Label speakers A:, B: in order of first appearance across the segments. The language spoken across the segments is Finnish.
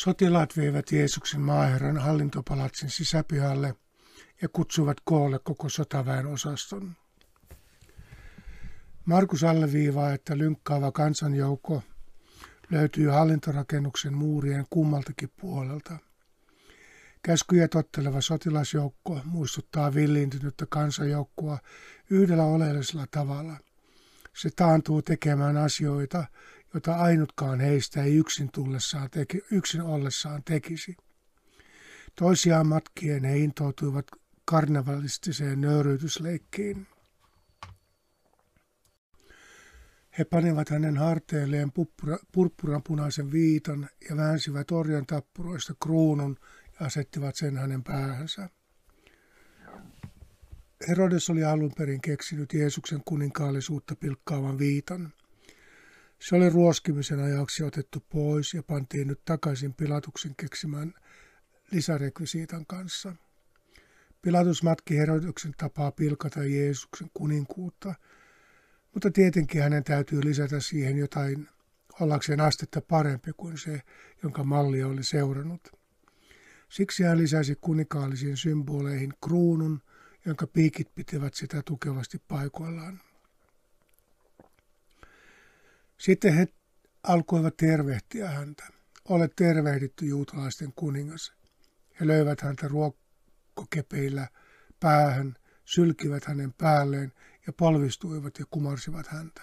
A: Sotilaat veivät Jeesuksen maaherran hallintopalatsin sisäpihalle ja kutsuivat koolle koko sotaväen osaston. Markus alleviivaa, että lynkkaava kansanjoukko löytyy hallintorakennuksen muurien kummaltakin puolelta. Käskyjä totteleva sotilasjoukko muistuttaa villiintynyttä kansanjoukkoa yhdellä oleellisella tavalla. Se taantuu tekemään asioita, joita ainutkaan heistä ei yksin ollessaan tekisi. Toisiaan matkien he intoutuivat karnevalistiseen nöyryytysleikkiin. He panivat hänen harteilleen purppuranpunaisen viitan ja väänsivät orjan tappuroista kruunun ja asettivat sen hänen päähänsä. Herodes oli alun perin keksinyt Jeesuksen kuninkaallisuutta pilkkaavan viitan. Se oli ruoskimisen ajaksi otettu pois ja pantiin nyt takaisin Pilatuksen keksimään lisärekvisiitan kanssa. Pilatus matki Herodeksen tapaa pilkata Jeesuksen kuninkuutta, mutta tietenkin hänen täytyy lisätä siihen jotain ollakseen astetta parempi kuin se, jonka mallia oli seurannut. Siksi hän lisäsi kuninkaallisiin symboleihin kruunun, jonka piikit pitivät sitä tukevasti paikoillaan. Sitten he alkoivat tervehtiä häntä. Olet tervehditty, juutalaisten kuningas. He löivät häntä ruokkokepeillä päähän, sylkivät hänen päälleen ja polvistuivat ja kumarsivat häntä.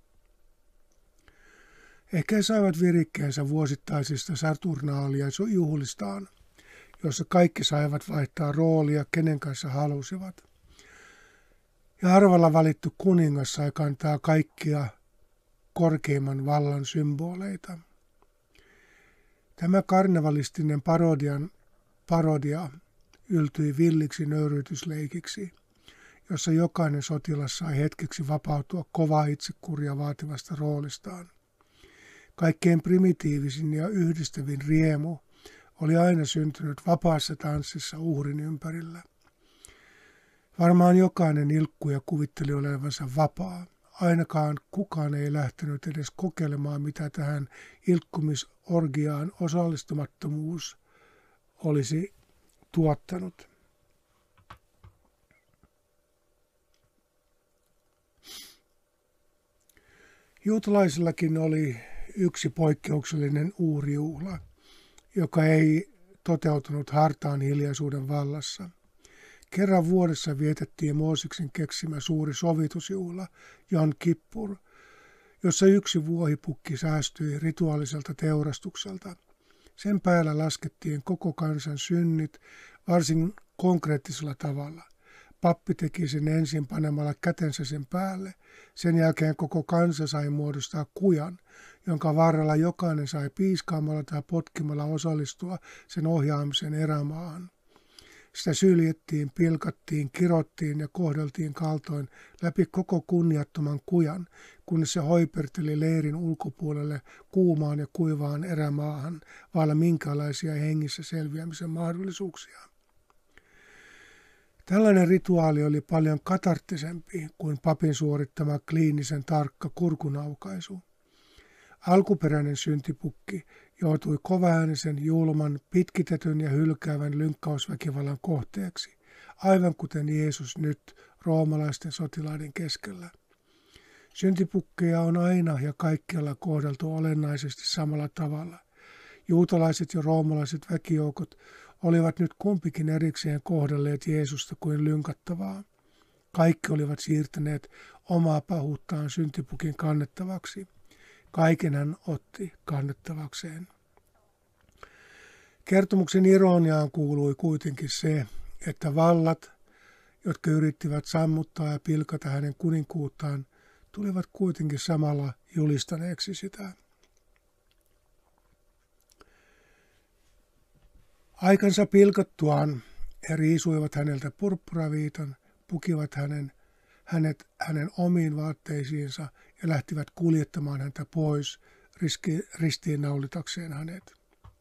A: Ehkä he saivat virikkeensä vuosittaisista Saturnaalia-juhlistaan, jossa kaikki saivat vaihtaa roolia, kenen kanssa halusivat. Ja harvalla valittu kuningas sai kantaa kaikkia korkeimman vallan symboleita. Tämä karnevalistinen parodia yltyi villiksi nöyryytysleikiksi, jossa jokainen sotilas sai hetkeksi vapautua kovaa itsekuria vaativasta roolistaan. Kaikkein primitiivisin ja yhdistävin riemu oli aina syntynyt vapaassa tanssissa uhrin ympärillä. Varmaan jokainen ilkkui ja kuvitteli olevansa vapaa. Ainakaan kukaan ei lähtenyt edes kokeilemaan, mitä tähän ilkkumisorgiaan osallistumattomuus olisi tuottanut. Juutalaisillakin oli yksi poikkeuksellinen uhrijuhla, joka ei toteutunut hartaan hiljaisuuden vallassa. Kerran vuodessa vietettiin Mooseksen keksimä suuri sovitusjuhla, Jom Kippur, jossa yksi vuohipukki säästyi rituaaliselta teurastukselta. Sen päällä laskettiin koko kansan synnit varsin konkreettisella tavalla. Pappi teki sen ensin panemalla kätensä sen päälle. Sen jälkeen koko kansa sai muodostaa kujan, jonka varrella jokainen sai piiskaamalla tai potkimalla osallistua sen ohjaamisen erämaahan. Sitä syljettiin, pilkattiin, kirottiin ja kohdeltiin kaltoin läpi koko kunniattoman kujan, kunnes se hoiperteli leirin ulkopuolelle kuumaan ja kuivaan erämaahan vailla minkälaisia hengissä selviämisen mahdollisuuksia. Tällainen rituaali oli paljon katarttisempi kuin papin suorittama kliinisen tarkka kurkunaukaisu. Alkuperäinen syntipukki joutui kovaäänisen, julman, pitkitetyn ja hylkäävän lynkkausväkivallan kohteeksi, aivan kuten Jeesus nyt roomalaisten sotilaiden keskellä. Syntipukkeja on aina ja kaikkialla kohdeltu olennaisesti samalla tavalla. Juutalaiset ja roomalaiset väkijoukot olivat nyt kumpikin erikseen kohdelleet Jeesusta kuin lynkattavaa. Kaikki olivat siirtäneet omaa pahuuttaan syntipukin kannettavaksi. Kaiken hän otti kannettavakseen. Kertomuksen ironiaan kuului kuitenkin se, että vallat, jotka yrittivät sammuttaa ja pilkata hänen kuninkuuttaan, tulivat kuitenkin samalla julistaneeksi sitä. Aikansa pilkattuaan he riisuivat häneltä purppuraviitan, pukivat hänen omiin vaatteisiinsa ja lähtivät kuljettamaan häntä pois ristiinnaulitakseen hänet.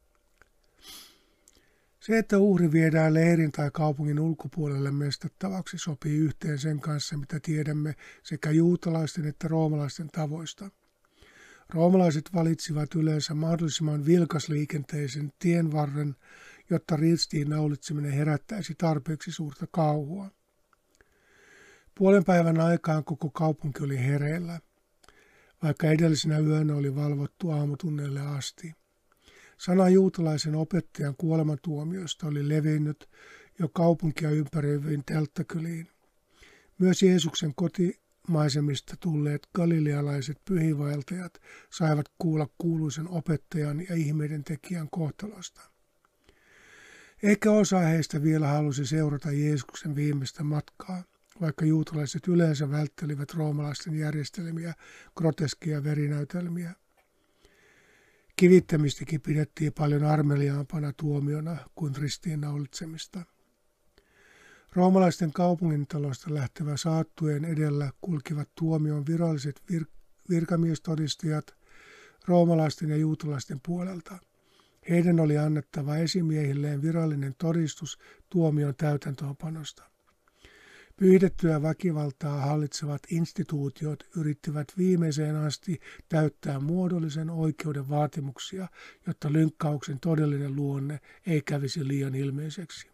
A: Se, että uhri viedään leirin tai kaupungin ulkopuolelle mestattavaksi, sopii yhteen sen kanssa, mitä tiedämme sekä juutalaisten että roomalaisten tavoista. Roomalaiset valitsivat yleensä mahdollisimman vilkasliikenteisen tienvarren, jotta ristiin naulitseminen herättäisi tarpeeksi suurta kauhua. Puolen päivän aikaan koko kaupunki oli hereillä, vaikka edellisenä yönä oli valvottu aamutunneille asti. Sana juutalaisen opettajan kuolemantuomiosta oli levinnyt jo kaupunkia ympäröiviin telttakyliin. Myös Jeesuksen kotimaisemista tulleet galilealaiset pyhiinvaeltajat saivat kuulla kuuluisen opettajan ja ihmeiden tekijän kohtalosta. Eikä osa heistä vielä halusi seurata Jeesuksen viimeistä matkaa, vaikka juutalaiset yleensä välttelivät roomalaisten järjestelmiä groteskia verinäytelmiä. Kivittämistäkin pidettiin paljon armeliaampana tuomiona kuin ristiinnaulitsemista. Roomalaisten kaupungintalosta lähtevä saattujen edellä kulkivat tuomion viralliset virkamiestodistajat roomalaisten ja juutalaisten puolelta. Heidän oli annettava esimiehilleen virallinen todistus tuomion täytäntöönpanosta. Pyhitettyä väkivaltaa hallitsevat instituutiot yrittivät viimeiseen asti täyttää muodollisen oikeuden vaatimuksia, jotta lynkkauksen todellinen luonne ei kävisi liian ilmeiseksi.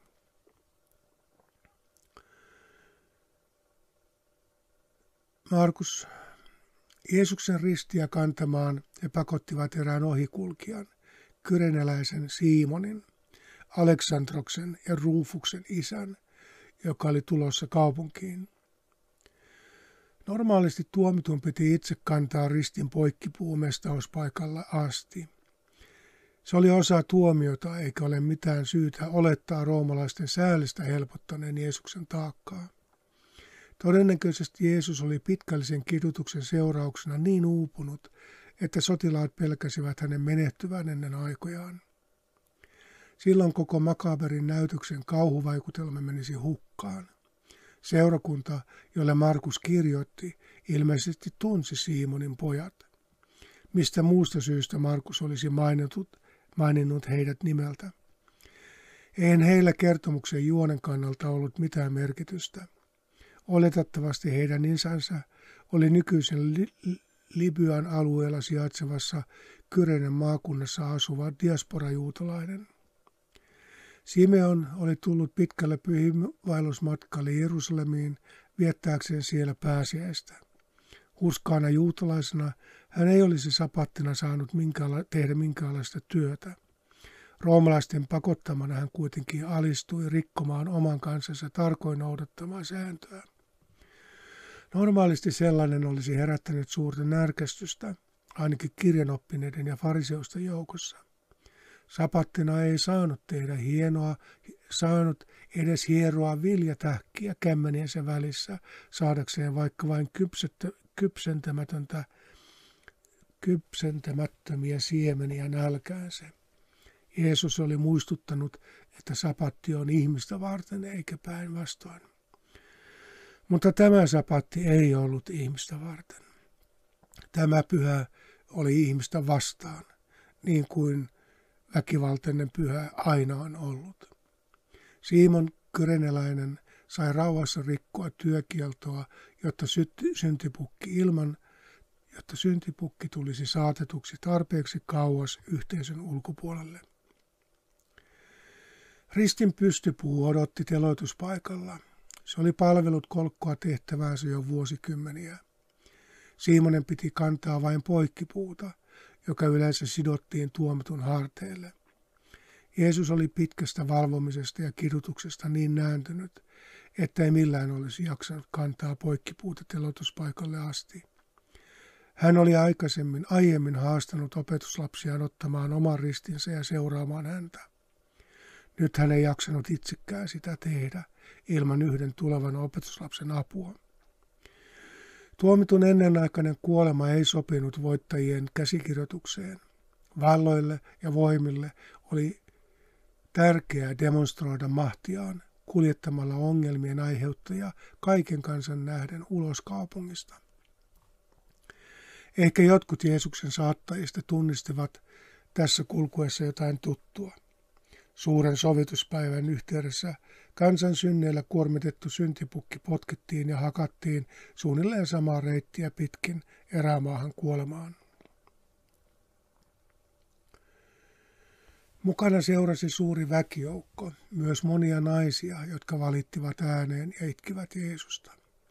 A: Markus. Jeesuksen ristiä kantamaan he pakottivat erään ohikulkijan, kyreneläisen Simonin, Aleksandroksen ja Rufuksen isän, joka oli tulossa kaupunkiin. Normaalisti tuomitun piti itse kantaa ristin poikkipuu mestauspaikalla asti. Se oli osa tuomiota, eikä ole mitään syytä olettaa roomalaisten säällistä helpottaneen Jeesuksen taakkaa. Todennäköisesti Jeesus oli pitkällisen kidutuksen seurauksena niin uupunut, että sotilaat pelkäsivät hänen menehtyvän ennen aikojaan. Silloin koko makaberin näytöksen kauhuvaikutelma menisi hukkaan. Seurakunta, jolle Markus kirjoitti, ilmeisesti tunsi Simonin pojat. Mistä muusta syystä Markus olisi maininnut heidät nimeltä? Eihän heillä kertomuksen juonen kannalta ollut mitään merkitystä. Oletettavasti heidän isänsä oli nykyisen Libyan alueella sijaitsevassa Kyrenen maakunnassa asuva diasporajuutalainen. Simeon oli tullut pitkälle pyhiinvaellusmatkalle Jerusalemiin viettääkseen siellä pääsiäistä. Hurskaana juutalaisena hän ei olisi sapattina saanut tehdä minkäänlaista työtä. Roomalaisten pakottamana hän kuitenkin alistui rikkomaan oman kansansa tarkoin noudattamaa sääntöä. Normaalisti sellainen olisi herättänyt suurta närkästystä, ainakin kirjanoppineiden ja fariseusten joukossa. Sapattina ei saanut edes hieroa viljatähkiä kämmeniensä välissä saadakseen vaikka vain kypsentämättömiä siemeniä nälkäänsä. Jeesus oli muistuttanut, että sapatti on ihmistä varten eikä päinvastoin. Mutta tämä sapatti ei ollut ihmistä varten. Tämä pyhä oli ihmistä vastaan, niin kuin väkivaltainen pyhä aina on ollut. Simon kyreneläinen sai rauhassa rikkoa työkieltoa, jotta syntipukki tulisi saatetuksi tarpeeksi kauas yhteisön ulkopuolelle. Ristin pystypuu odotti teloituspaikalla. Se oli palvellut kolkkoa tehtäväänsä jo vuosikymmeniä. Simonen piti kantaa vain poikkipuuta, joka yleensä sidottiin tuomitun harteille. Jeesus oli pitkästä valvomisesta ja kidutuksesta niin nääntynyt, että ei millään olisi jaksanut kantaa poikkipuuta teloituspaikalle asti. Hän oli aiemmin haastanut opetuslapsiaan ottamaan oman ristinsä ja seuraamaan häntä. Nyt hän ei jaksanut itsekään sitä tehdä ilman yhden tulevan opetuslapsen apua. Tuomitun ennenaikainen kuolema ei sopinut voittajien käsikirjoitukseen. Valloille ja voimille oli tärkeää demonstroida mahtiaan kuljettamalla ongelmien aiheuttajia kaiken kansan nähden ulos kaupungista. Ehkä jotkut Jeesuksen saattajista tunnistivat tässä kulkuessa jotain tuttua. Suuren sovituspäivän yhteydessä kansan synneillä kuormitettu syntipukki potkittiin ja hakattiin suunnilleen samaa reittiä pitkin erämaahan kuolemaan. Mukana seurasi suuri väkijoukko, myös monia naisia, jotka valittivat ääneen ja itkivät Jeesusta.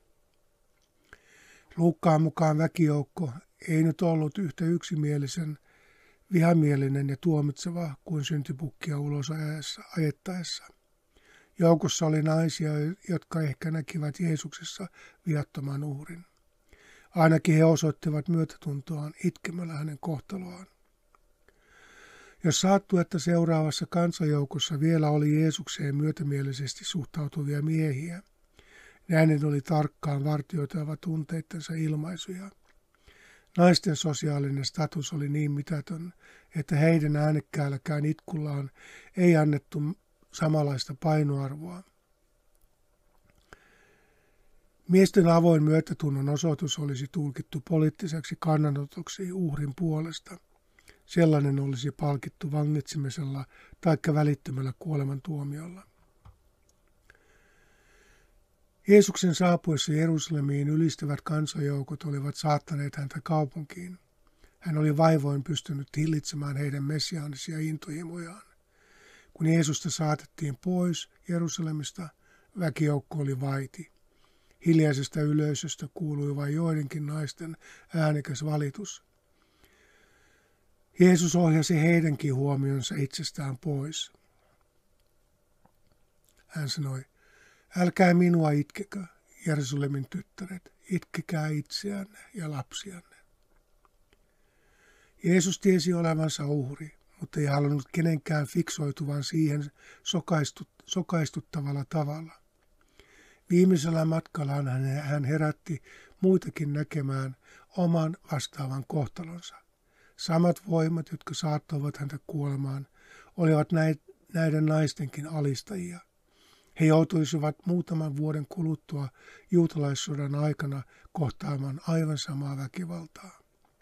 A: Luukkaan mukaan väkijoukko ei nyt ollut yhtä yksimielisen, vihamielinen ja tuomitseva kuin syntipukkia ulos ajettaessa. Joukossa oli naisia, jotka ehkä näkivät Jeesuksessa viattoman uhrin. Ainakin he osoittivat myötätuntoaan itkemällä hänen kohtaloaan. Jos saattui, että seuraavassa kansanjoukossa vielä oli Jeesukseen myötämielisesti suhtautuvia miehiä, näiden oli tarkkaan vartioitava tunteittensa ilmaisuja. Naisten sosiaalinen status oli niin mitätön, että heidän äänekkäälläkään itkullaan ei annettu samanlaista painoarvoa. Miesten avoin myötätunnon osoitus olisi tulkittu poliittiseksi kannanotoksi uhrin puolesta. Sellainen olisi palkittu vangitsemisella tai välittömällä kuolemantuomiolla. Jeesuksen saapuessa Jerusalemiin ylistävät kansanjoukot olivat saattaneet häntä kaupunkiin. Hän oli vaivoin pystynyt hillitsemään heidän messiaanisia intohimojaan. Kun Jeesusta saatettiin pois Jerusalemista, väkijoukko oli vaiti. Hiljaisesta yleisöstä kuului vain joidenkin naisten äänekäs valitus. Jeesus ohjasi heidänkin huomionsa itsestään pois. Hän sanoi, älkää minua itkekö, Jerusalemin tyttäret, itkekää itseänne ja lapsianne. Jeesus tiesi olevansa uhri, mutta ei halunnut kenenkään fiksoituvan siihen sokaistuttavalla tavalla. Viimeisellä matkallaan hän herätti muitakin näkemään oman vastaavan kohtalonsa. Samat voimat, jotka saattoivat häntä kuolemaan, olivat näiden naistenkin alistajia. He joutuisivat muutaman vuoden kuluttua juutalaissodan aikana kohtaamaan aivan samaa väkivaltaa.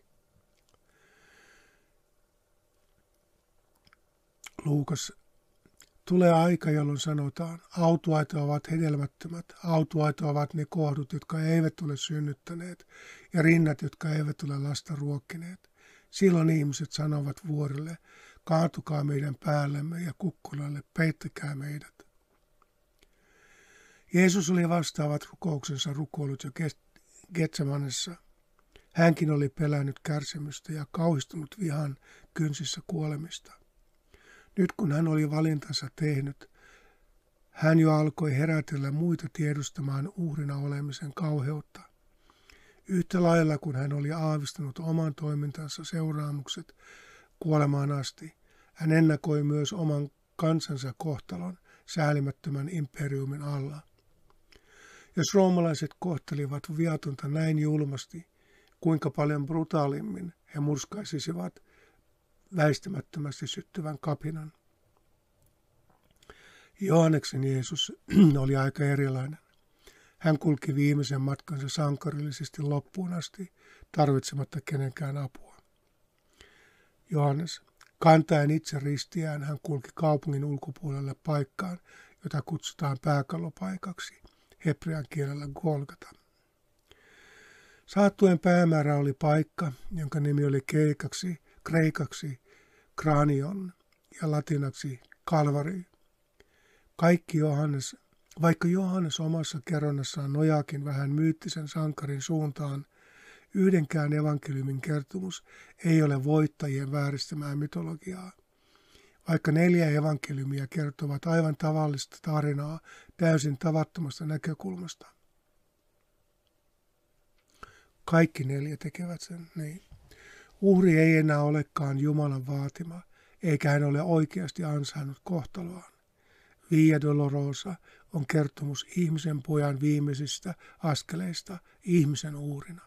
A: Luukas, tulee aika, jolloin sanotaan, autuaita ovat hedelmättömät, autuaita ovat ne kohdut, jotka eivät ole synnyttäneet, ja rinnat, jotka eivät ole lasta ruokkineet. Silloin ihmiset sanovat vuorille, kaatukaa meidän päällemme ja kukkulalle, peittäkää meidät. Jeesus oli vastaavat rukouksensa rukoillut jo Getsemanessa. Hänkin oli pelännyt kärsimystä ja kauhistunut vihan kynsissä kuolemista. Nyt kun hän oli valintansa tehnyt, hän jo alkoi herätellä muita tiedostamaan uhrina olemisen kauheutta. Yhtä lailla kun hän oli aavistanut oman toimintansa seuraamukset kuolemaan asti, hän ennakoi myös oman kansansa kohtalon säälimättömän imperiumin alla. Jos roomalaiset kohtelivat viatonta näin julmasti, kuinka paljon brutaalimmin he murskaisisivat väistämättömästi syttyvän kapinan. Johanneksen Jeesus oli aika erilainen. Hän kulki viimeisen matkansa sankarillisesti loppuun asti, tarvitsematta kenenkään apua. Johannes, kantaen itse ristiään, hän kulki kaupungin ulkopuolelle paikkaan, jota kutsutaan pääkallopaikaksi, hebrean kielellä Golgata. Saattuen päämäärä oli paikka, jonka nimi oli kreikaksi kranion ja latinaksi kalvari. Vaikka Johannes omassa kerronnassaan nojaakin vähän myyttisen sankarin suuntaan, yhdenkään evankeliumin kertomus ei ole voittajien vääristämää mytologiaa. Vaikka 4 evankeliumia kertovat aivan tavallista tarinaa täysin tavattomasta näkökulmasta. Kaikki 4 tekevät sen niin. Uhri ei enää olekaan Jumalan vaatima, eikä hän ole oikeasti ansainnut kohtaloaan. Via Dolorosa on kertomus ihmisen pojan viimeisistä askeleista ihmisen uhrina.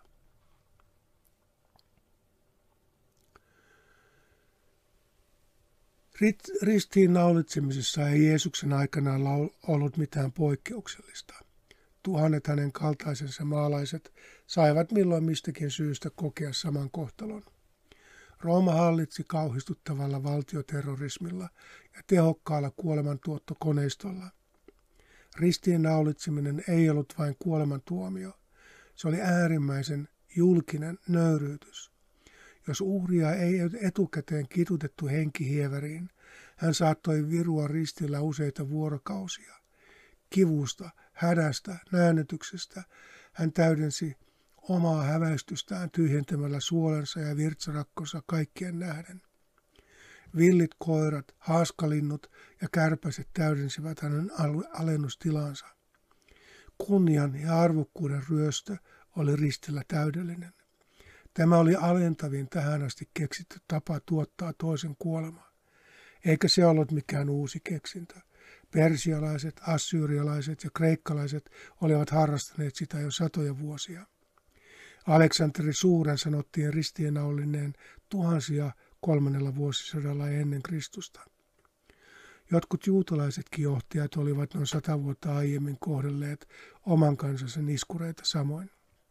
A: Ristiin naulitsemisessa ei Jeesuksen aikana ollut mitään poikkeuksellista. Tuhannet hänen kaltaisensa maalaiset saivat milloin mistäkin syystä kokea saman kohtalon. Rooma hallitsi kauhistuttavalla valtioterrorismilla ja tehokkaalla kuolemantuottokoneistolla. Ristiin naulitseminen ei ollut vain kuolemantuomio, se oli äärimmäisen julkinen nöyryytys. Jos uhria ei etukäteen kitutettu henkihieveriin, Hän saattoi virua ristillä useita vuorokausia. Kivusta, hädästä, näännytyksestä hän täydensi omaa häväistystään tyhjentämällä suolensa ja virtsarakkonsa kaikkien nähden. Villit koirat, haaskalinnut ja kärpäset täydensivät hänen alennustilansa. Kunnian ja arvokkuuden ryöstö oli ristillä täydellinen. Tämä oli alentavin tähän asti keksitty tapa tuottaa toisen kuolemaa. Eikä se ollut mikään uusi keksintö. Persialaiset, assyrialaiset ja kreikkalaiset olivat harrastaneet sitä jo satoja vuosia. Aleksanteri Suuren sanottiin ristiinnaullineen tuhansia 3. vuosisadalla ennen Kristusta. Jotkut juutalaisetkin johtajat olivat noin 100 vuotta aiemmin kohdelleet oman kansansa niskureita samoin.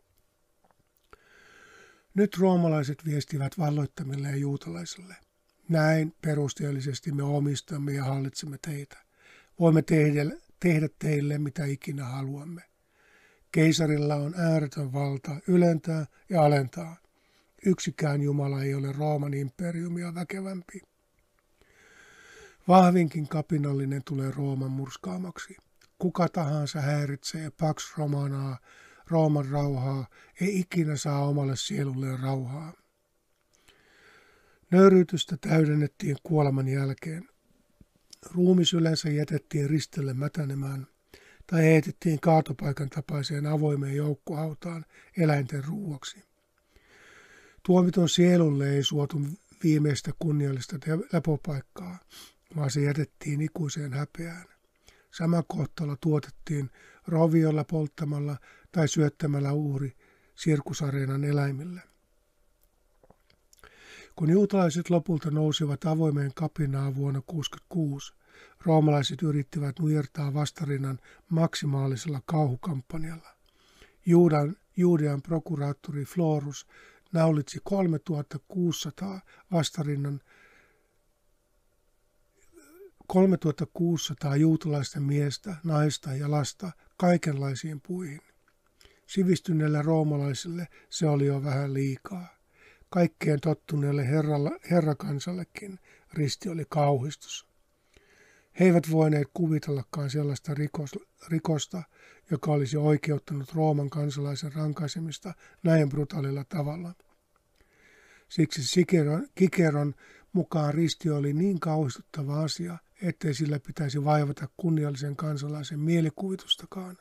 A: Nyt roomalaiset viestivät valloittamille ja juutalaisille. Näin perusteellisesti me omistamme ja hallitsemme teitä. Voimme tehdä teille mitä ikinä haluamme. Keisarilla on ääretön valta ylentää ja alentaa. Yksikään Jumala ei ole Rooman imperiumia väkevämpi. Vahvinkin kapinallinen tulee Rooman murskaamaksi. Kuka tahansa häiritsee Pax Romanaa, Rooman rauhaa, ei ikinä saa omalle sielulleen rauhaa. Nöyryytystä täydennettiin kuoleman jälkeen. Ruumis yleensä jätettiin ristille mätänemään tai heitettiin kaatopaikan tapaiseen avoimeen joukkohautaan eläinten ruuaksi. Tuomitun sielulle ei suotu viimeistä kunniallista lepopaikkaa, vaan se jätettiin ikuiseen häpeään. Sama kohtalo tuotettiin roviolla polttamalla tai syöttämällä uhri sirkusareenan eläimille. Kun juutalaiset lopulta nousivat avoimeen kapinaan vuonna 1966, roomalaiset yrittivät nujertaa vastarinnan maksimaalisella kauhukampanjalla. Juudean prokuraattori Florus naulitsi 3600 juutalaisten miestä, naista ja lasta kaikenlaisiin puihin. Sivistyneille roomalaisille se oli jo vähän liikaa. Kaikkeen tottuneelle herrakansallekin risti oli kauhistus. He eivät voineet kuvitellakaan sellaista rikosta, joka olisi oikeuttanut Rooman kansalaisen rankaisemista näin brutaalilla tavalla. Siksi Kikeron mukaan risti oli niin kauhistuttava asia, ettei sillä pitäisi vaivata kunniallisen kansalaisen mielikuvitustakaan.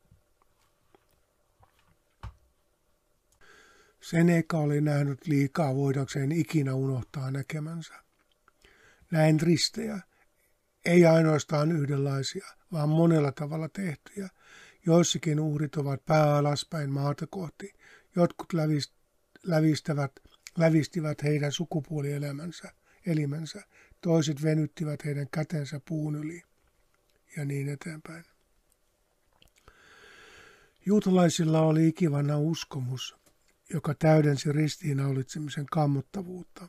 A: Seneca oli nähnyt liikaa voidakseen ikinä unohtaa näkemänsä. Näin ristejä, ei ainoastaan yhdenlaisia, vaan monella tavalla tehtyjä. Joissakin uhrit ovat pää alaspäin maata kohti, jotkut lävistivät heidän sukupuolielimensä, toiset venyttivät heidän kätensä puun yli ja niin eteenpäin. Juutalaisilla oli ikivanha uskomus, joka täydensi ristiinnaulitsemisen kammottavuutta.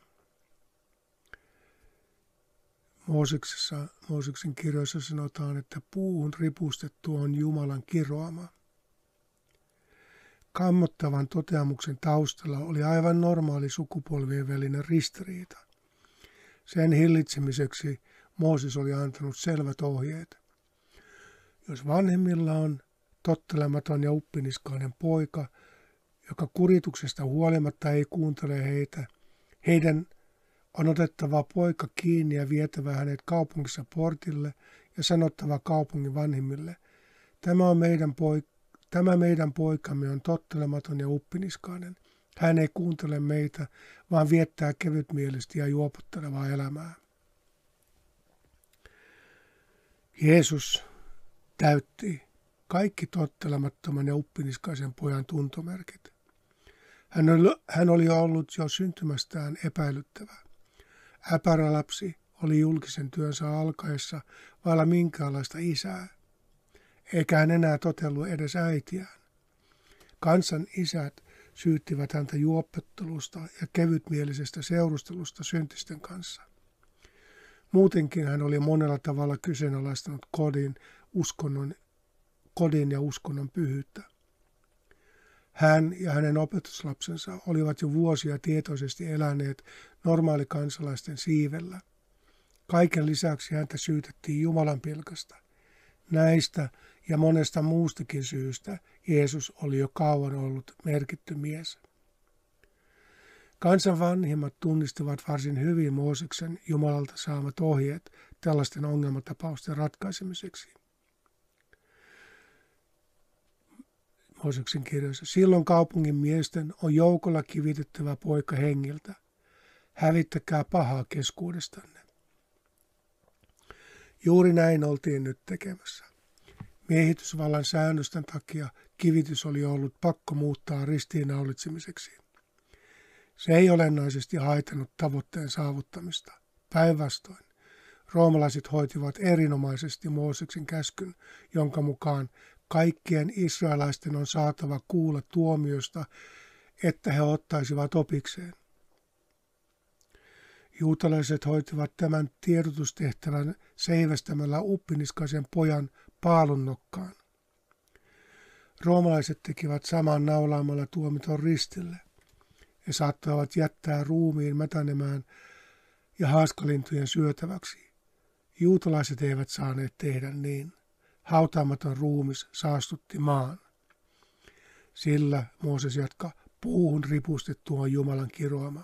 A: Mooseksen kirjoissa sanotaan, että puuhun ripustettu on Jumalan kiroama. Kammottavan toteamuksen taustalla oli aivan normaali sukupolvien välinen ristiriita. Sen hillitsemiseksi Mooses oli antanut selvät ohjeet. Jos vanhemmilla on tottelematon ja uppiniskainen poika, joka kurituksesta huolimatta ei kuuntele heitä, heidän on otettava poika kiinni ja vietävä hänet kaupungissa portille ja sanottava kaupungin vanhimmille, tämä meidän poikamme on tottelematon ja uppiniskainen. Hän ei kuuntele meitä, vaan viettää kevytmielistä ja juopottelevaa elämää. Jeesus täytti kaikki tottelemattoman ja uppiniskaisen pojan tuntomerkit. Hän oli ollut jo syntymästään epäilyttävä. Äpärä lapsi oli julkisen työnsä alkaessa vailla minkäänlaista isää, eikä hän enää totellut edes äitiään. Kansan isät syyttivät häntä juopottelusta ja kevytmielisestä seurustelusta syntisten kanssa. Muutenkin hän oli monella tavalla kyseenalaistanut kodin ja uskonnon pyhyyttä. Hän ja hänen opetuslapsensa olivat jo vuosia tietoisesti eläneet normaalikansalaisten siivellä. Kaiken lisäksi häntä syytettiin Jumalan pilkasta. Näistä ja monesta muustakin syystä Jeesus oli jo kauan ollut merkitty mies. Kansan vanhimmat tunnistivat varsin hyvin Mooseksen Jumalalta saamat ohjeet tällaisten ongelmatapausten ratkaisemiseksi. Mooseksen kirjoissa: silloin kaupungin miesten on joukolla kivitettävä poika hengiltä. Hävittäkää pahaa keskuudestanne. Juuri näin oltiin nyt tekemässä. Miehitysvallan säännösten takia kivitys oli ollut pakko muuttaa ristiinnaulitsemiseksi. Se ei olennaisesti haitannut tavoitteen saavuttamista. Päinvastoin, roomalaiset hoitivat erinomaisesti Mooseksen käskyn, jonka mukaan kaikkien israelaisten on saatava kuulla tuomiosta, että he ottaisivat opikseen. Juutalaiset hoitivat tämän tiedotustehtävän seivästämällä uppiniskaisen pojan paalun nokkaan. Roomalaiset tekivät saman naulaamalla tuomiton ristille. He saattoivat jättää ruumiin mätänemään ja haaskalintujen syötäväksi. Juutalaiset eivät saaneet tehdä niin. Hautaamaton ruumis saastutti maan. Sillä Mooses jatkaa: puuhun ripustettu on Jumalan kiroama.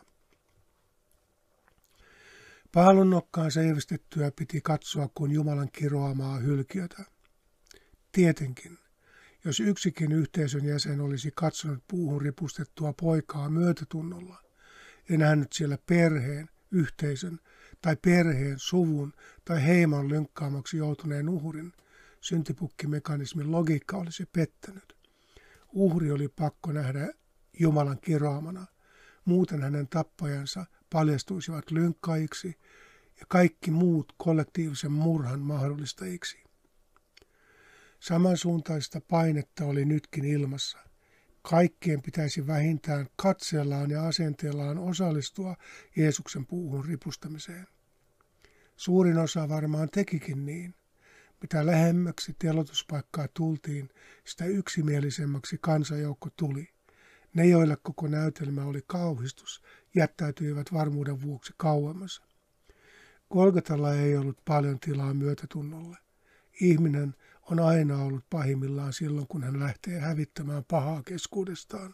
A: Paalun nokkaan seivästettyä piti katsoa kuin Jumalan kiroamaa hylkiötä. Tietenkin, jos yksikin yhteisön jäsen olisi katsonut puuhun ripustettua poikaa myötätunnolla ja nähnyt siellä perheen, yhteisön tai perheen, suvun tai heiman lynkkaamaksi joutuneen uhrin, syntipukkimekanismin logiikka olisi pettänyt. Uhri oli pakko nähdä Jumalan kiroamana, muuten hänen tappajansa paljastuisivat lynkkaajiksi ja kaikki muut kollektiivisen murhan mahdollistajiksi. Samansuuntaista painetta oli nytkin ilmassa. Kaikkien pitäisi vähintään katseellaan ja asenteellaan osallistua Jeesuksen puuhun ripustamiseen. Suurin osa varmaan tekikin niin. Mitä lähemmäksi teloituspaikkaa tultiin, sitä yksimielisemmäksi kansanjoukko tuli. Ne, joille koko näytelmä oli kauhistus, jättäytyivät varmuuden vuoksi kauemmas. Golgatalla ei ollut paljon tilaa myötätunnolle. Ihminen on aina ollut pahimmillaan silloin, kun hän lähtee hävittämään pahaa keskuudestaan.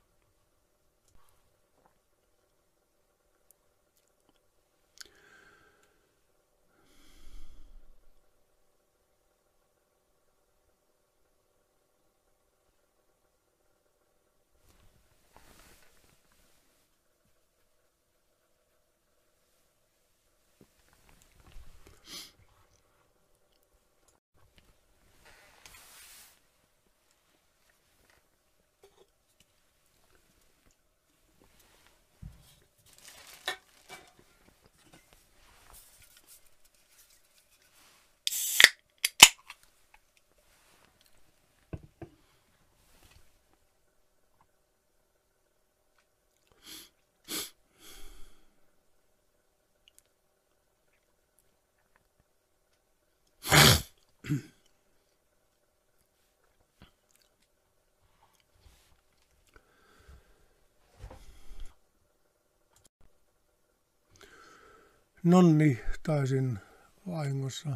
A: Nonni, taisin vahingossa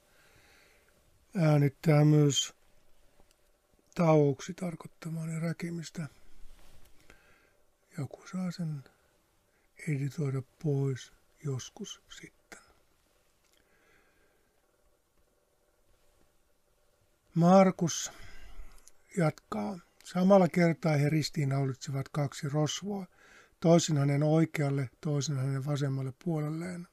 A: äänittää myös tauoksi tarkoittamaani räkimistä. Joku saa sen editoida pois joskus sitten. Markus jatkaa. Samalla kertaa he ristiinnaulitsivat 2 rosvoa, toisen hänen oikealle, toisen hänen vasemmalle puolelleen.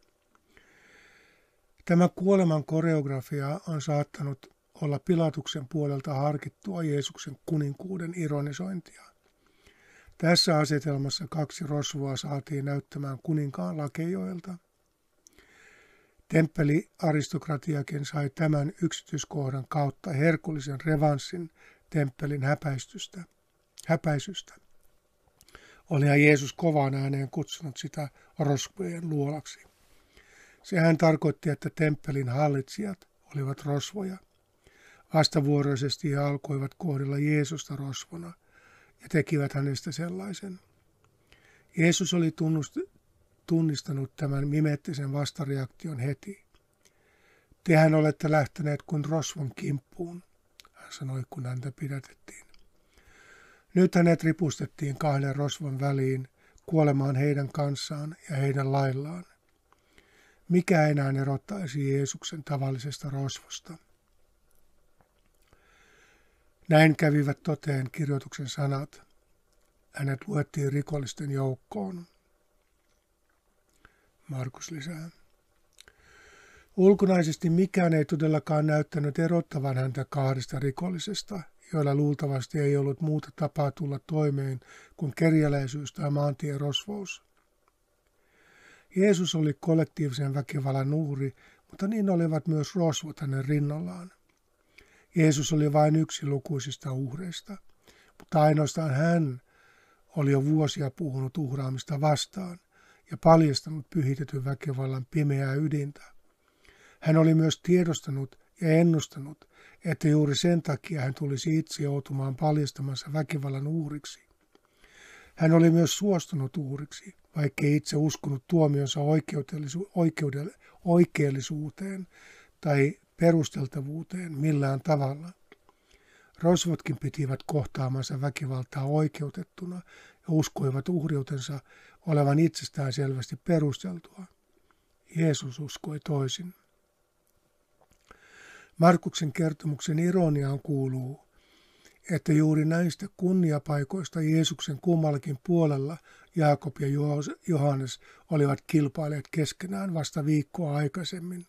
A: Tämä kuoleman koreografia on saattanut olla Pilatuksen puolelta harkittua Jeesuksen kuninkuuden ironisointia. Tässä asetelmassa 2 rosvoa saatiin näyttämään kuninkaan lakejoilta. Temppeliaristokratiakin sai tämän yksityiskohdan kautta herkullisen revanssin temppelin häpäisystä. Olihan Jeesus kovaan ääneen kutsunut sitä rosvojen luolaksi. Sehän tarkoitti, että temppelin hallitsijat olivat rosvoja. Vastavuoroisesti he alkoivat kohdella Jeesusta rosvona ja tekivät hänestä sellaisen. Jeesus oli tunnistanut tämän mimeettisen vastareaktion heti. Tehän olette lähteneet kuin rosvon kimppuun, hän sanoi, kun häntä pidätettiin. Nyt hänet ripustettiin 2 rosvon väliin kuolemaan heidän kanssaan ja heidän laillaan. Mikä enää erottaisi Jeesuksen tavallisesta rosvosta? Näin kävivät toteen kirjoituksen sanat. Hänet luettiin rikollisten joukkoon. Markus lisää. Ulkonaisesti mikään ei todellakaan näyttänyt erottavan häntä 2 rikollisesta, joilla luultavasti ei ollut muuta tapaa tulla toimeen kuin kerjäläisyys tai maantierosvous. Jeesus oli kollektiivisen väkivallan uhri, mutta niin olivat myös rosvot hänen rinnallaan. Jeesus oli vain yksi lukuisista uhreista, mutta ainoastaan hän oli jo vuosia puhunut uhraamista vastaan ja paljastanut pyhitetyn väkivallan pimeää ydintä. Hän oli myös tiedostanut ja ennustanut, että juuri sen takia hän tulisi itse joutumaan paljastamansa väkivallan uhriksi. Hän oli myös suostunut uhriksi, vaikkei itse uskonut tuomionsa oikeellisuuteen tai perusteltavuuteen millään tavalla. Rosvotkin pitivät kohtaamansa väkivaltaa oikeutettuna ja uskoivat uhriutensa olevan itsestään selvästi perusteltua. Jeesus uskoi toisin. Markuksen kertomuksen ironiaan kuuluu, että juuri näistä kunniapaikoista Jeesuksen kummallakin puolella Jaakob ja Johannes olivat kilpailleet keskenään vasta viikkoa aikaisemmin.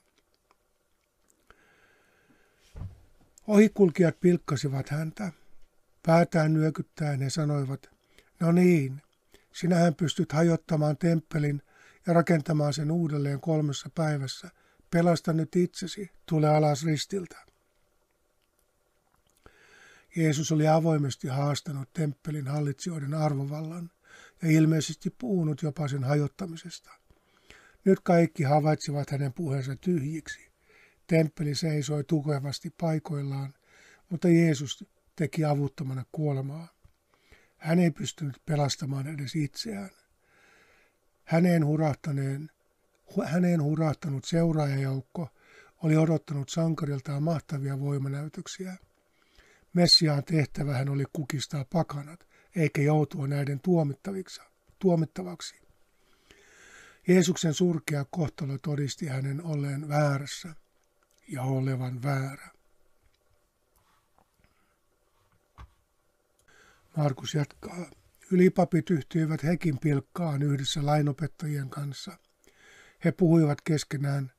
A: Ohikulkijat pilkkasivat häntä. Päätään nyökyttäen he sanoivat, no niin, sinähän pystyt hajottamaan temppelin ja rakentamaan sen uudelleen 3 päivässä. Pelasta nyt itsesi, tule alas ristiltä. Jeesus oli avoimesti haastanut temppelin hallitsijoiden arvovallan ja ilmeisesti puhunut jopa sen hajottamisesta. Nyt kaikki havaitsivat hänen puheensa tyhjiksi. Temppeli seisoi tukevasti paikoillaan, mutta Jeesus teki avuttomana kuolemaa. Hän ei pystynyt pelastamaan edes itseään. Häneen hurahtanut seuraajajoukko oli odottanut sankariltaan mahtavia voimanäytöksiä. Messiaan tehtävähän oli kukistaa pakanat, eikä joutua näiden tuomittavaksi. Jeesuksen surkea kohtalo todisti hänen olleen väärässä ja olevan väärä. Markus jatkaa. Ylipapit yhtyivät hekin pilkkaan yhdessä lainopettajien kanssa. He puhuivat keskenään.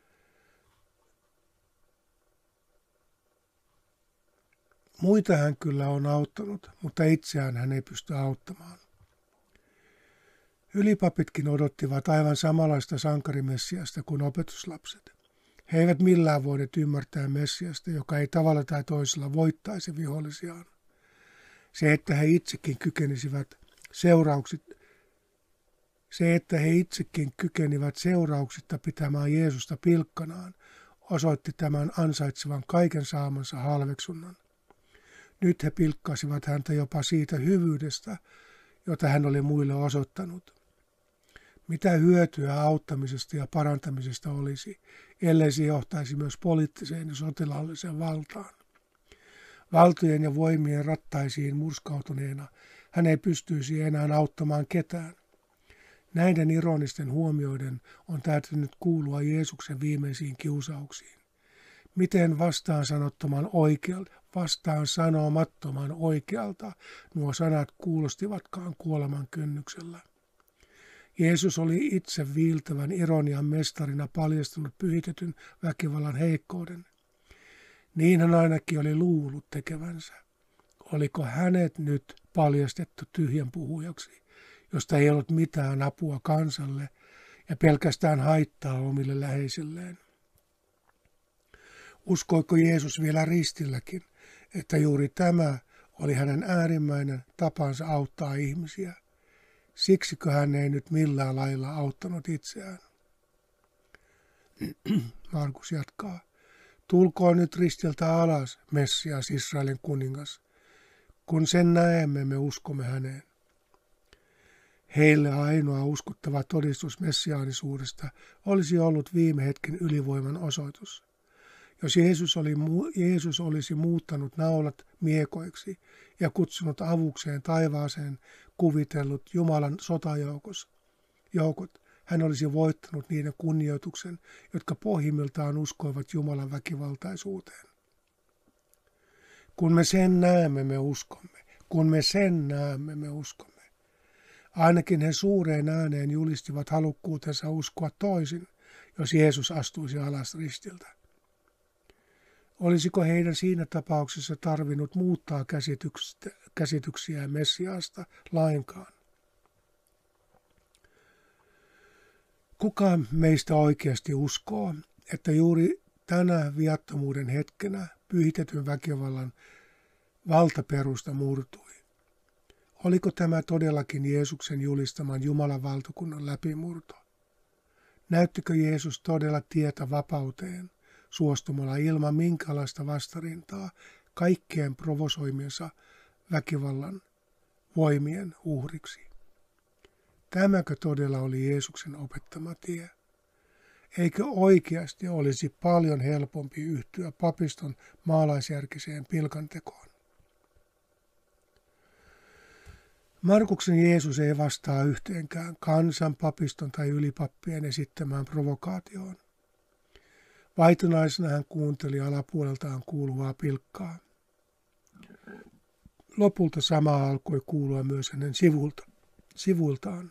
A: Muita hän kyllä on auttanut, mutta itseään hän ei pysty auttamaan. Ylipapitkin odottivat aivan samanlaista sankarimessiasta kuin opetuslapset. He eivät millään voineet ymmärtää messiasta, joka ei tavalla tai toisella voittaisi vihollisiaan. Se, että he itsekin kykenivät seurauksitta pitämään Jeesusta pilkkanaan, osoitti tämän ansaitsevan kaiken saamansa halveksunnan. Nyt he pilkkasivat häntä jopa siitä hyvyydestä, jota hän oli muille osoittanut. Mitä hyötyä auttamisesta ja parantamisesta olisi, ellei se johtaisi myös poliittiseen ja sotilaalliseen valtaan? Valtojen ja voimien rattaisiin murskautuneena hän ei pystyisi enää auttamaan ketään. Näiden ironisten huomioiden on täytynyt kuulua Jeesuksen viimeisiin kiusauksiin. Miten vastaan sanomattoman oikealta nuo sanat kuulostivatkaan kuoleman kynnyksellä. Jeesus oli itse viiltävän ironian mestarina paljastanut pyhitetyn väkivallan heikkouden. Niin hän ainakin oli luullut tekevänsä. Oliko hänet nyt paljastettu tyhjän puhujaksi, josta ei ollut mitään apua kansalle ja pelkästään haittaa omille läheisilleen? Uskoiko Jeesus vielä ristilläkin, että juuri tämä oli hänen äärimmäinen tapansa auttaa ihmisiä? Siksikö hän ei nyt millään lailla auttanut itseään? Markus jatkaa. Tulkoon nyt ristiltä alas, Messias, Israelin kuningas. Kun sen näemme, me uskomme häneen. Heille ainoa uskottava todistus messiaanisuudesta olisi ollut viime hetken ylivoiman osoitus. Jos Jeesus olisi muuttanut naulat miekoiksi ja kutsunut avukseen taivaaseen kuvitellut Jumalan sotajoukot, hän olisi voittanut niiden kunnioituksen, jotka pohjimmiltaan uskoivat Jumalan väkivaltaisuuteen. Kun me sen näemme, me uskomme. Kun me sen näemme, me uskomme. Ainakin he suureen ääneen julistivat halukkuutensa uskoa toisin, jos Jeesus astuisi alas ristiltä. Olisiko heidän siinä tapauksessa tarvinnut muuttaa käsityksiään Messiaasta lainkaan? Kuka meistä oikeasti uskoo, että juuri tänä viattomuuden hetkenä pyhitetyn väkivallan valtaperusta murtui? Oliko tämä todellakin Jeesuksen julistaman Jumalan valtakunnan läpimurto? Näyttikö Jeesus todella tietä vapauteen suostumalla ilman minkälaista vastarintaa kaikkien provosoimiensa väkivallan voimien uhriksi? Tämäkö todella oli Jeesuksen opettama tie? Eikö oikeasti olisi paljon helpompi yhtyä papiston maalaisjärkiseen pilkantekoon? Markuksen Jeesus ei vastaa yhteenkään kansan, papiston tai ylipappien esittämään provokaatioon. Vaitonaisena hän kuunteli alapuoleltaan kuuluvaa pilkkaa. Lopulta sama alkoi kuulua myös hänen sivuiltaan.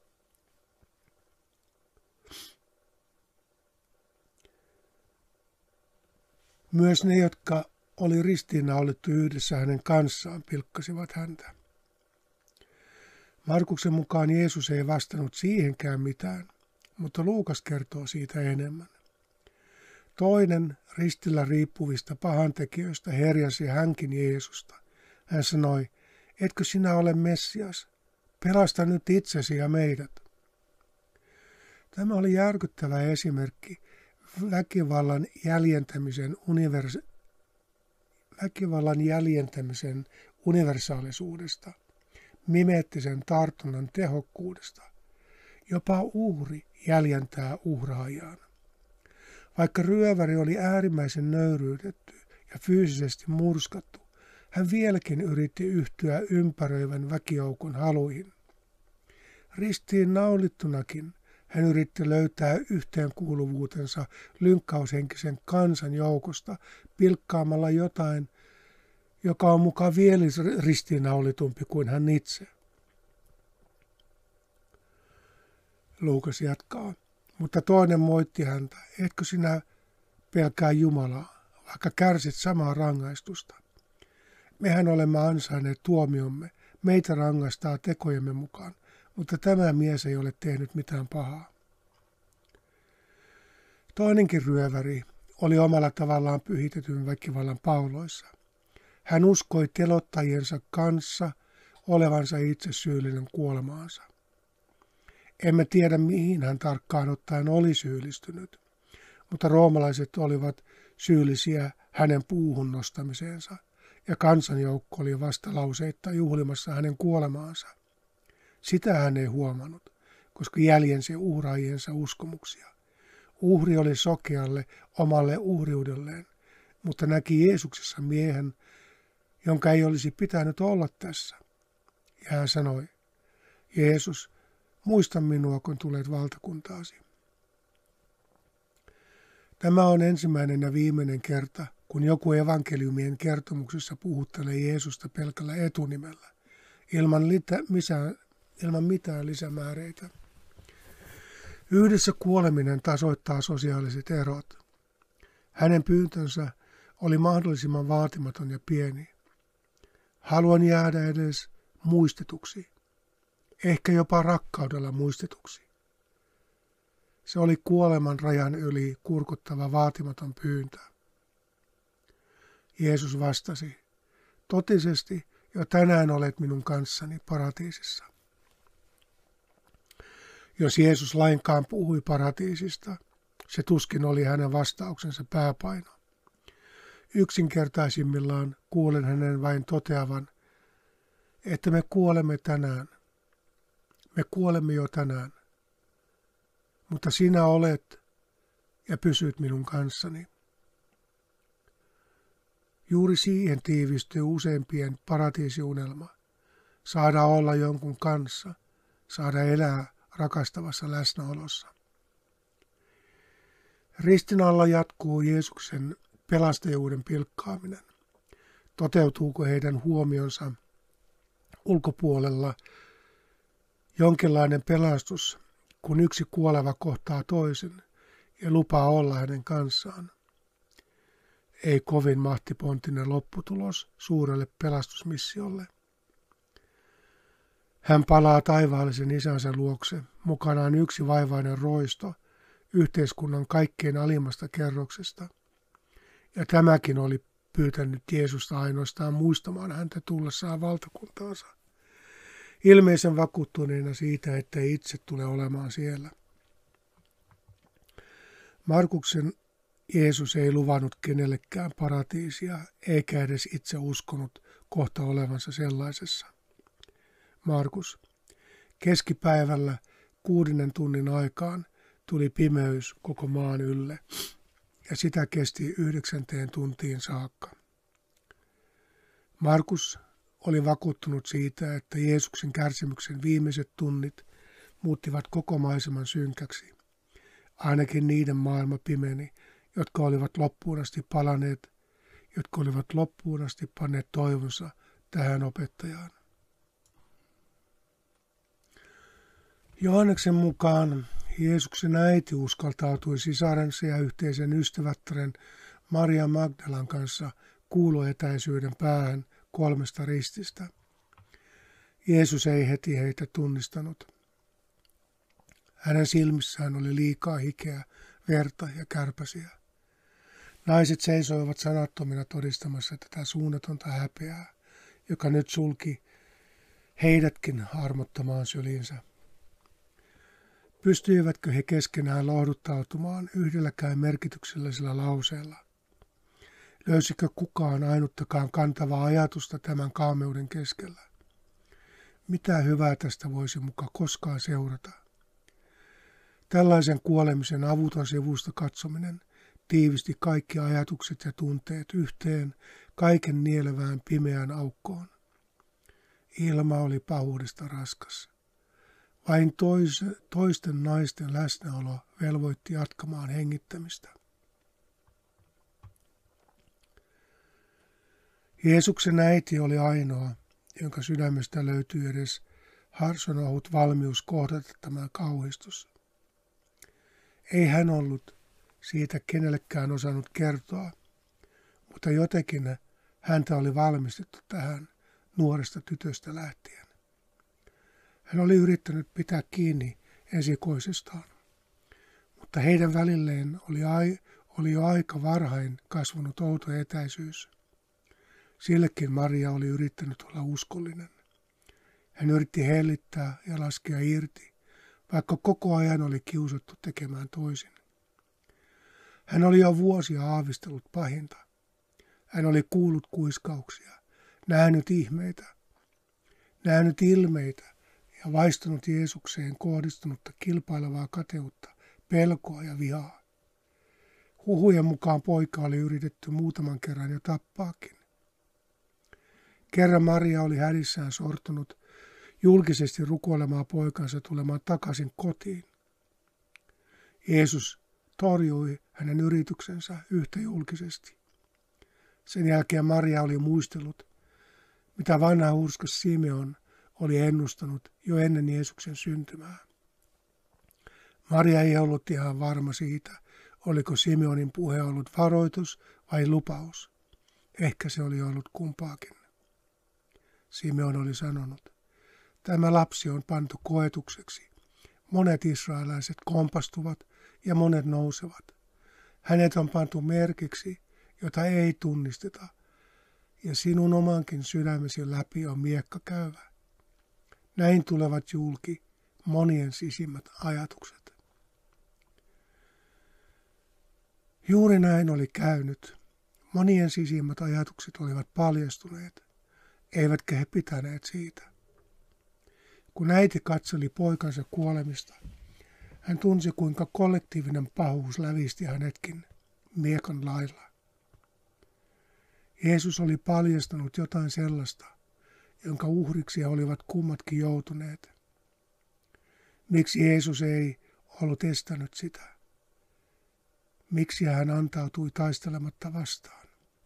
A: Myös ne, jotka oli ristiinnaulittu yhdessä hänen kanssaan, pilkkasivat häntä. Markuksen mukaan Jeesus ei vastannut siihenkään mitään, mutta Luukas kertoo siitä enemmän. Toinen ristillä riippuvista pahantekijöistä herjasi hänkin Jeesusta. Hän sanoi, etkö sinä ole Messias? Pelasta nyt itsesi ja meidät. Tämä oli järkyttävä esimerkki väkivallan jäljentämisen universaalisuudesta, mimeettisen tartunnan tehokkuudesta. Jopa uhri jäljentää uhraajaan. Vaikka ryöväri oli äärimmäisen nöyryytetty ja fyysisesti murskattu, hän vieläkin yritti yhtyä ympäröivän väkijoukon haluihin. Ristiin naulittunakin hän yritti löytää yhteenkuuluvuutensa lynkkaushenkisen kansan joukosta pilkkaamalla jotain, joka on mukaan vielä ristiinnaulitumpi kuin hän itse. Luukas jatkaa, mutta toinen moitti häntä, etkö sinä pelkää Jumalaa, vaikka kärsit samaa rangaistusta. Mehän olemme ansainneet tuomiomme, meitä rangaistaa tekojemme mukaan, mutta tämä mies ei ole tehnyt mitään pahaa. Toinenkin ryöväri oli omalla tavallaan pyhitetyn väkivallan pauloissa. Hän uskoi telottajiensa kanssa olevansa itse syyllinen kuolemaansa. Emme tiedä, mihin hän tarkkaan ottaen oli syyllistynyt, mutta roomalaiset olivat syyllisiä hänen puuhun nostamiseensa, ja kansanjoukko oli vastalauseetta juhlimassa hänen kuolemaansa. Sitä hän ei huomannut, koska jäljensi uhraajiensa uskomuksia. Uhri oli sokealle omalle uhriudelleen, mutta näki Jeesuksessa miehen, jonka ei olisi pitänyt olla tässä. Ja hän sanoi, Jeesus, muista minua, kun tulet valtakuntaasi. Tämä on ensimmäinen ja viimeinen kerta, kun joku evankeliumien kertomuksessa puhuttelee Jeesusta pelkällä etunimellä, ilman mitään lisämääreitä. Yhdessä kuoleminen tasoittaa sosiaaliset erot. Hänen pyyntönsä oli mahdollisimman vaatimaton ja pieni. Haluan jäädä edes muistetuksi, ehkä jopa rakkaudella muistetuksi. Se oli kuoleman rajan yli kurkuttava vaatimaton pyyntö. Jeesus vastasi, totisesti jo tänään olet minun kanssani paratiisissa. Jos Jeesus lainkaan puhui paratiisista, se tuskin oli hänen vastauksensa pääpaino. Yksinkertaisimmillaan kuulen hänen vain toteavan, että me kuolemme tänään, Me kuolemme jo tänään, mutta sinä olet ja pysyt minun kanssani. Juuri siihen tiivistyy useimpien paratiisiunelma. Saada olla jonkun kanssa, saada elää rakastavassa läsnäolossa. Ristin alla jatkuu Jeesuksen pelastajuuden pilkkaaminen. Toteutuuko heidän huomionsa ulkopuolella jonkinlainen pelastus, kun yksi kuoleva kohtaa toisen ja lupaa olla hänen kanssaan? Ei kovin mahtipontinen lopputulos suurelle pelastusmissiolle. Hän palaa taivaallisen isänsä luokse, mukanaan yksi vaivainen roisto yhteiskunnan kaikkein alimmasta kerroksesta. Ja tämäkin oli pyytänyt Jeesusta ainoastaan muistamaan häntä tullessaan valtakuntaansa, ilmeisen vakuuttuneena siitä, että ei itse tule olemaan siellä. Markuksen Jeesus ei luvannut kenellekään paratiisia, eikä edes itse uskonut kohta olevansa sellaisessa. Markus. Keskipäivällä 6 tunnin aikaan tuli pimeys koko maan ylle, ja sitä kesti 9 tuntiin saakka. Markus oli vakuuttunut siitä, että Jeesuksen kärsimyksen viimeiset tunnit muuttivat koko maiseman synkäksi. Ainakin niiden maailma pimeni, jotka olivat loppuun asti panneet toivonsa tähän opettajaan. Johanneksen mukaan Jeesuksen äiti uskaltautui sisarensa ja yhteisen ystävättären Maria Magdalan kanssa kuuloetäisyyden päähän 3 rististä. Jeesus ei heti heitä tunnistanut. Hänen silmissään oli liikaa hikeä, verta ja kärpäsiä. Naiset seisoivat sanattomina todistamassa tätä suunnatonta häpeää, joka nyt sulki heidätkin armottomaan syliinsä. Pystyivätkö he keskenään lohduttautumaan yhdelläkään merkityksellisellä lauseella? Löysikö kukaan ainuttakaan kantavaa ajatusta tämän kaameuden keskellä? Mitä hyvää tästä voisi muka koskaan seurata? Tällaisen kuolemisen avuton sivusta katsominen tiivisti kaikki ajatukset ja tunteet yhteen kaiken nielevään pimeään aukkoon. Ilma oli pahuudesta raskas. Vain toisten naisten läsnäolo velvoitti jatkamaan hengittämistä. Jeesuksen äiti oli ainoa, jonka sydämestä löytyi edes harsonohut valmius kohdata tämä kauhistus. Ei hän ollut siitä kenellekään osannut kertoa, mutta jotenkin häntä oli valmistettu tähän nuoresta tytöstä lähtien. Hän oli yrittänyt pitää kiinni esikoisestaan, mutta heidän välilleen oli jo aika varhain kasvanut outo etäisyys. Sillekin Maria oli yrittänyt olla uskollinen. Hän yritti hellittää ja laskea irti, vaikka koko ajan oli kiusattu tekemään toisin. Hän oli jo vuosia aavistellut pahinta. Hän oli kuullut kuiskauksia, nähnyt ihmeitä, nähnyt ilmeitä ja vaistunut Jeesukseen kohdistunutta kilpailevaa kateutta, pelkoa ja vihaa. Huhujen mukaan poika oli yritetty muutaman kerran jo tappaakin. Kerran Maria oli hädissään sortunut julkisesti rukoilemaan poikansa tulemaan takaisin kotiin. Jeesus torjui hänen yrityksensä yhtä julkisesti. Sen jälkeen Maria oli muistellut, mitä vanha hurskas Simeon oli ennustanut jo ennen Jeesuksen syntymää. Maria ei ollut ihan varma siitä, oliko Simeonin puhe ollut varoitus vai lupaus. Ehkä se oli ollut kumpaakin. Simeon oli sanonut, tämä lapsi on pantu koetukseksi. Monet israelaiset kompastuvat ja monet nousevat. Hänet on pantu merkiksi, jota ei tunnisteta, ja sinun omankin sydämesi läpi on miekka käyvä. Näin tulevat julki monien sisimmät ajatukset. Juuri näin oli käynyt. Monien sisimmät ajatukset olivat paljastuneet, eivätkä he pitäneet siitä. Kun äiti katseli poikansa kuolemista, hän tunsi, kuinka kollektiivinen pahuus lävisti hänetkin miekan lailla. Jeesus oli paljastanut jotain sellaista, jonka uhriksi he olivat kummatkin joutuneet. Miksi Jeesus ei ollut estänyt sitä? Miksi hän antautui taistelematta vastaan?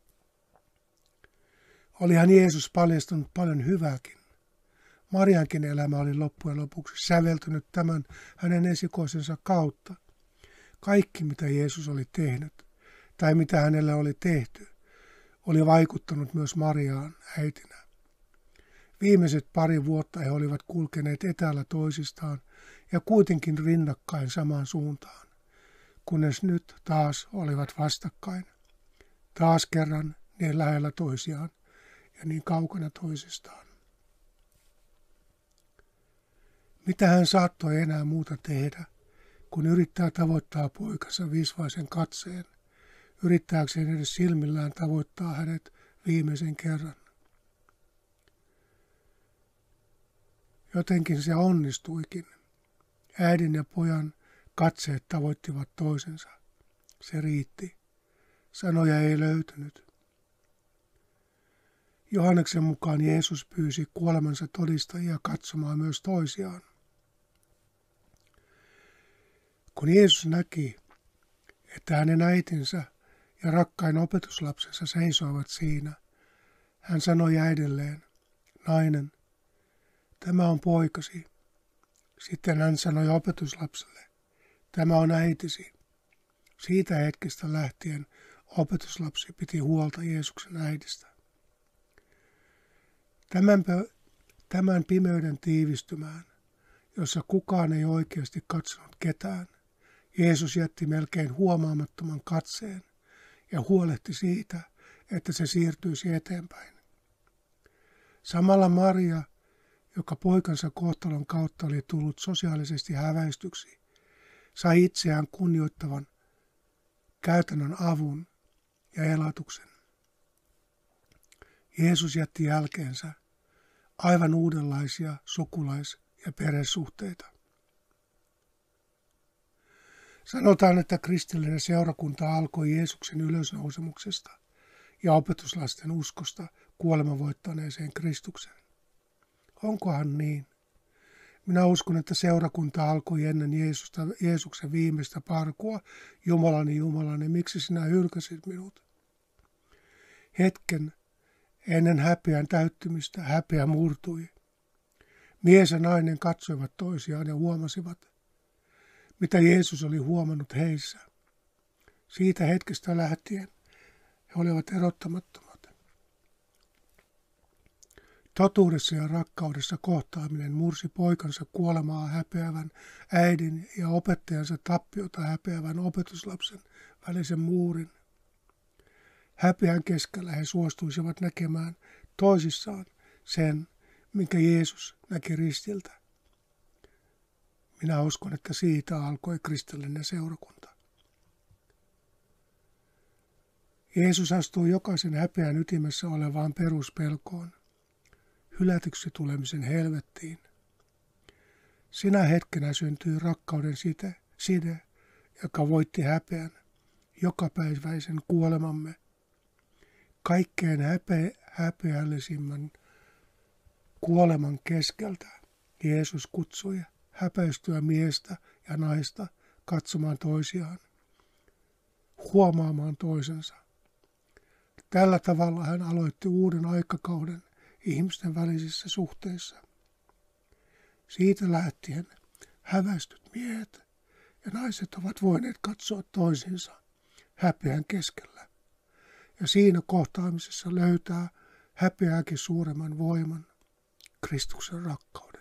A: Olihan Jeesus paljastanut paljon hyvääkin. Mariankin elämä oli loppujen lopuksi säveltynyt tämän hänen esikoisensa kautta. Kaikki, mitä Jeesus oli tehnyt, tai mitä hänelle oli tehty, oli vaikuttanut myös Mariaan äitinä. Viimeiset 2 vuotta he olivat kulkeneet etäällä toisistaan ja kuitenkin rinnakkain samaan suuntaan, kunnes nyt taas olivat vastakkain. Taas kerran niin lähellä toisiaan ja niin kaukana toisistaan. Mitä hän saattoi enää muuta tehdä, kun yrittää tavoittaa poikansa visvaisen katseen, yrittääkseen edes silmillään tavoittaa hänet viimeisen kerran. Jotenkin se onnistuikin. Äidin ja pojan katseet tavoittivat toisensa. Se riitti. Sanoja ei löytynyt. Johanneksen mukaan Jeesus pyysi kuolemansa todistajia katsomaan myös toisiaan. Kun Jeesus näki, että hänen äitinsä ja rakkain opetuslapsensa seisoivat siinä, hän sanoi äidilleen, nainen, tämä on poikasi. Sitten hän sanoi opetuslapselle, tämä on äitisi. Siitä hetkestä lähtien opetuslapsi piti huolta Jeesuksen äidistä. Tämän pimeyden tiivistymään, jossa kukaan ei oikeasti katsonut ketään, Jeesus jätti melkein huomaamattoman katseen ja huolehti siitä, että se siirtyisi eteenpäin. Samalla Maria, joka poikansa kohtalon kautta oli tullut sosiaalisesti häväistyksi, sai itseään kunnioittavan käytännön avun ja elatuksen. Jeesus jätti jälkeensä aivan uudenlaisia sukulais- ja perhesuhteita. Sanotaan, että kristillinen seurakunta alkoi Jeesuksen ylösnousemuksesta ja opetuslasten uskosta kuoleman voittaneeseen Kristukseen. Onkohan niin? Minä uskon, että seurakunta alkoi ennen Jeesuksen viimeistä parkua. Jumalani, Jumalani, miksi sinä hylkäsit minut? Hetken ennen häpeän täyttymistä häpeä murtui. Mies ja nainen katsoivat toisiaan ja huomasivat, mitä Jeesus oli huomannut heissä. Siitä hetkestä lähtien he olivat erottamattomat. Totuudessa ja rakkaudessa kohtaaminen mursi poikansa kuolemaa häpeävän äidin ja opettajansa tappiota häpeävän opetuslapsen välisen muurin. Häpeän keskellä he suostuisivat näkemään toisissaan sen, minkä Jeesus näki ristiltä. Minä uskon, että siitä alkoi kristillinen seurakunta. Jeesus astui jokaisen häpeän ytimessä olevaan peruspelkoon, hylätyksi tulemisen helvettiin. Sinä hetkenä syntyi rakkauden side, joka voitti häpeän, jokapäiväisen kuolemamme, kaikkein häpeällisimmän kuoleman keskeltä. Jeesus kutsui häpäistyä miestä ja naista katsomaan toisiaan, huomaamaan toisensa. Tällä tavalla hän aloitti uuden aikakauden ihmisten välisissä suhteissa. Siitä lähtien häväistyt miehet ja naiset ovat voineet katsoa toisiinsa häpeän keskellä ja siinä kohtaamisessa löytää häpeääkin suuremman voiman, Kristuksen rakkauden.